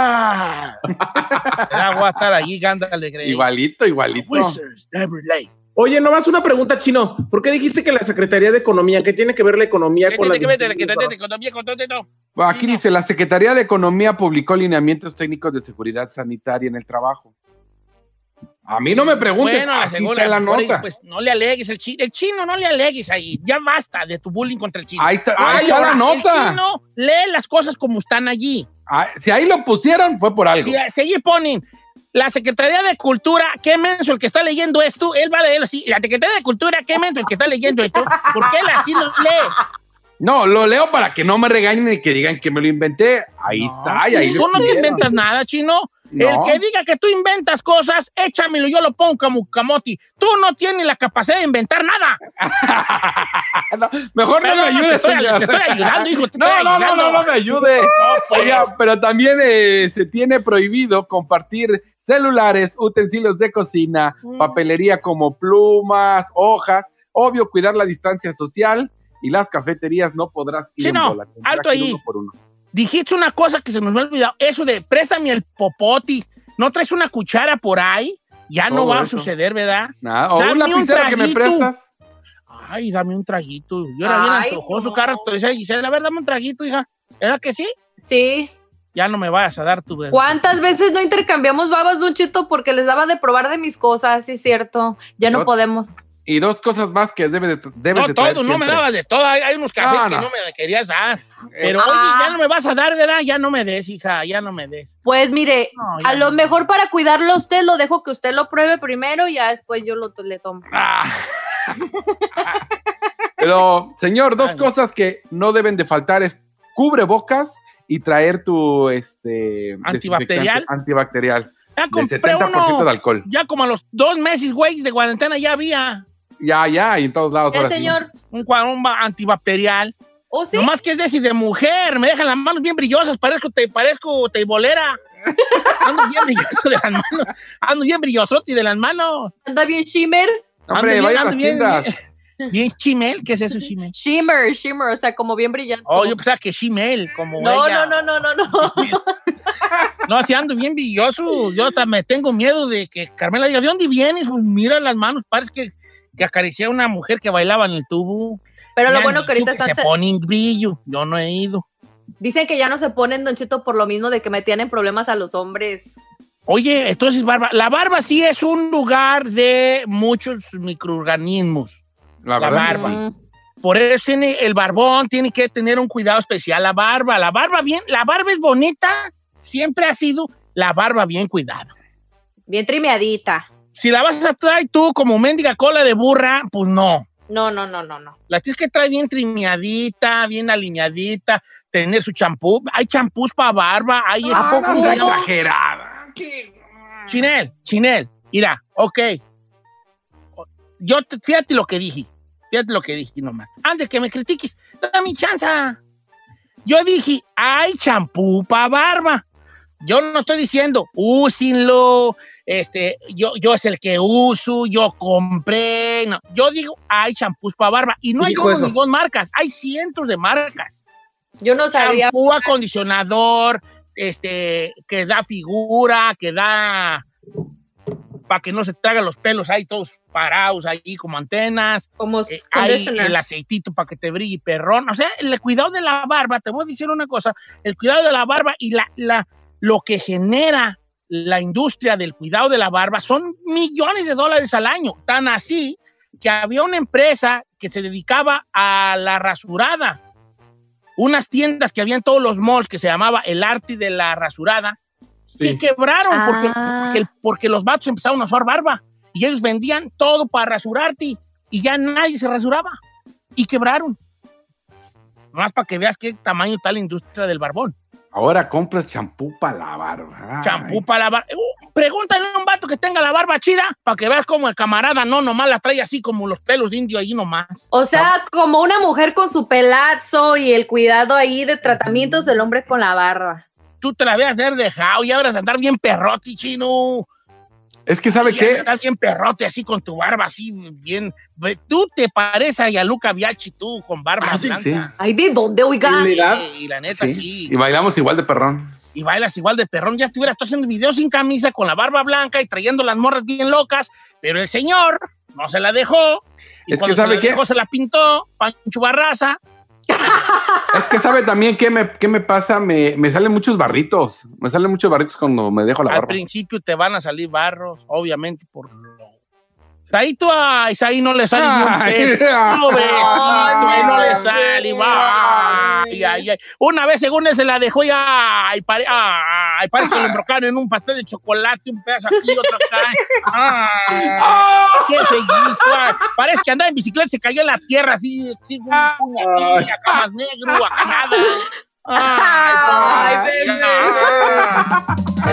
S1: pass. Ya voy a estar allí, Gandalf the Grey.
S2: Igualito, igualito.
S1: Wizards never late.
S4: Oye, nomás una pregunta, Chino. ¿Por qué dijiste que la Secretaría de Economía, qué tiene que ver la economía
S1: ¿Qué
S4: con la
S1: tiene que ver la
S4: división de
S1: Secretaría de
S4: los
S1: Economía con todo esto?
S2: Bueno, aquí dice, la Secretaría de Economía publicó lineamientos técnicos de seguridad sanitaria en el trabajo. A mí no me preguntes,
S1: Bueno, la
S2: aquí
S1: segunda,
S2: está la
S1: por ahí,
S2: nota.
S1: pues no le alegues el chino, el chino no le alegues ahí, ya basta de tu bullying contra el chino.
S2: Ahí está,
S1: Ay,
S2: ahí está
S1: ahora,
S2: la nota.
S1: El chino lee las cosas como están allí.
S2: Ah, si ahí lo pusieron, fue por algo.
S1: Si, si allí ponen la Secretaría de Cultura, qué menso el que está leyendo esto, él va a leerlo así. La Secretaría de Cultura, qué menso el que está leyendo esto, porque él así lo lee.
S2: No, lo leo para que no me regañen y que digan que me lo inventé. Ahí no, está, y ahí
S1: Tú no te inventas nada, chino. No. El que diga que tú inventas cosas, échamelo, yo lo pongo como camote. Tú no tienes la capacidad de inventar nada.
S2: no, mejor pero no me ayudes,
S1: te estoy, te estoy ayudando, hijo. Te
S2: no,
S1: estoy
S2: no,
S1: ayudando.
S2: no, no, no me ayude. No, pues. Oiga, pero también eh, se tiene prohibido compartir celulares, utensilios de cocina, mm. papelería como plumas, hojas. Obvio, cuidar la distancia social y las cafeterías no podrás ir
S1: Chino,
S2: en bola.
S1: alto ahí.
S2: Uno por uno.
S1: Dijiste una cosa que se nos me ha olvidado. Eso de préstame el popoti. ¿No traes una cuchara por ahí? Ya no va eso. a suceder, ¿verdad?
S2: Nada. O un lapicero que me prestas.
S1: Ay, dame un traguito. Yo era bien antojoso, no. Cara. Decía, Gisela, a ver, dame un traguito, hija. ¿Era que sí?
S3: Sí.
S1: Ya no me vayas a dar tu...
S3: ¿Cuántas veces no intercambiamos babas, Don Cheto? Porque les daba de probar de mis cosas, sí es cierto. Ya no Yo... podemos.
S2: Y dos cosas más que debes de, debes
S1: no,
S2: de traer
S1: todo,
S2: siempre.
S1: No me dabas de todo. Hay, hay unos cafés no, no. que no me querías dar. Pero, ah. oye, ya no me vas a dar, ¿verdad? Ya no me des, hija, ya no me des.
S3: Pues, mire, no, a lo no. mejor para cuidarlo a usted, lo dejo que usted lo pruebe primero y ya después yo lo le tomo. Ah.
S2: Pero, señor, dos Ay. cosas que no deben de faltar es cubrebocas y traer tu, este...
S1: ¿Antibacterial?
S2: Antibacterial.
S1: Ya
S2: compré setenta por ciento
S1: uno,
S2: de alcohol.
S1: Ya como a los dos meses, güey, de cuarentena ya había.
S2: Ya, ya, y en todos lados.
S3: El ahora señor.
S1: Sí. Un, un antibacterial.
S3: ¿Oh, sí?
S1: Nomás que es de, de mujer. Me dejan las manos bien brillosas. Parezco, te, parezco teibolera. Ando bien brilloso de las manos. Ando bien brillosote de las manos.
S3: ¿Anda bien shimmer?
S2: Hombre, vaya a las tiendas.
S1: Bien, bien chimel. ¿Qué es eso, chimel?
S3: Shimmer, shimmer. O sea, como bien brillante.
S1: Oh, yo pensaba que chimel, como
S3: no,
S1: ella.
S3: No, no, no, no, no.
S1: No, si ando bien brilloso. Yo hasta me tengo miedo de que Carmela diga, ¿de dónde vienes? Pues mira las manos. Parece que... que acaricié a una mujer que bailaba en el tubo.
S3: Pero lo bueno que ahorita
S1: están... Se ponen brillo, yo no he ido.
S3: Dicen que ya no se ponen, Don Cheto, por lo mismo de que metían en problemas a los hombres.
S1: Oye, entonces, barba, la barba sí es un lugar de muchos microorganismos.
S2: La,
S1: la barba. Mm. Por eso tiene el barbón, tiene que tener un cuidado especial. La barba, la barba bien, la barba es bonita, siempre ha sido la barba bien cuidada.
S3: Bien trimeadita.
S1: Si la vas a traer tú como mendiga cola de burra, pues no.
S3: No, no, no, no, no.
S1: La tienes que traer bien trimeadita, bien alineadita, tener su champú. Hay champús para barba, hay...
S2: Ah, poco no, exagerada. ¿Qué?
S1: Chinel, Chinel, mira, ok. Yo, te, fíjate lo que dije, fíjate lo que dije nomás. Antes que me critiques, dame mi chanza. Yo dije, hay champú para barba. Yo no estoy diciendo, úsenlo. Este, yo, yo es el que uso, yo compré. No, yo digo, hay champús para barba. Y no hay uno ni dos marcas, hay cientos de marcas.
S3: Yo no sabía.
S1: Champú, acondicionador, este, que da figura, que da para que no se tragan los pelos ahí todos parados ahí como antenas.
S3: Como
S1: eh, hay el aceitito para que te brille perrón. O sea, el cuidado de la barba, te voy a decir una cosa, el cuidado de la barba y la, la, lo que genera la industria del cuidado de la barba son millones de dólares al año. Tan así que había una empresa que se dedicaba a la rasurada. Unas tiendas que había en todos los malls que se llamaba El Arte de la Rasurada, sí. que quebraron ah. porque, porque, porque los vatos empezaron a usar barba y ellos vendían todo para rasurarte y ya nadie se rasuraba y quebraron. Nomás para que veas qué tamaño está la industria del barbón.
S2: Ahora compras champú para la barba.
S1: Champú para la barba. Uh, pregúntale a un vato que tenga la barba chida para que veas cómo el camarada no nomás la trae así como los pelos de indio ahí nomás.
S3: O sea, ¿no? Como una mujer con su pelazo y el cuidado ahí de tratamientos del hombre con la barba.
S1: Tú te la veas de haber dejado y habrás de andar bien perrote, chino.
S2: Es que, ¿sabe qué?
S1: Estás bien perrote, así con tu barba, así bien. Tú te pareces a Yaluca Biachi, tú, con barba
S2: Ay,
S1: blanca.
S2: Sí.
S3: Ay, ¿de dónde, oiga?
S1: Y, y la neta, sí. sí.
S2: Y bailamos igual de perrón.
S1: y bailas igual de perrón. Ya estuvieras tú haciendo videos sin camisa, con la barba blanca y trayendo las morras bien locas, pero el señor no se la dejó. Y
S2: es
S1: cuando
S2: que sabe
S1: se la
S2: qué.
S1: dejó, se la pintó, Pancho Barraza.
S2: Es que sabe también qué me, qué me pasa, me, me salen muchos barritos, me salen muchos barritos cuando me dejo la
S1: Al
S2: barba.
S1: principio te van a salir barros, obviamente, por lo... Ahí tú a Isaí no le sale ni un
S2: Ay,
S1: pedo.
S2: ay,
S1: Pobrecito,
S2: ay,
S1: no le
S2: ay,
S1: sale.
S2: ay.
S1: Ay, ay, ay. Una vez, según él, se la dejó y ay, pare, ay, parece que lo embrocaron en un pastel de chocolate, un pedazo aquí, otro acá. Ay, qué feíto. Ay, parece que andaba en bicicleta y se cayó en la tierra, así, así un puño aquí, acá más negro, acá nada. Ay,
S3: Ay,
S1: ay, ay.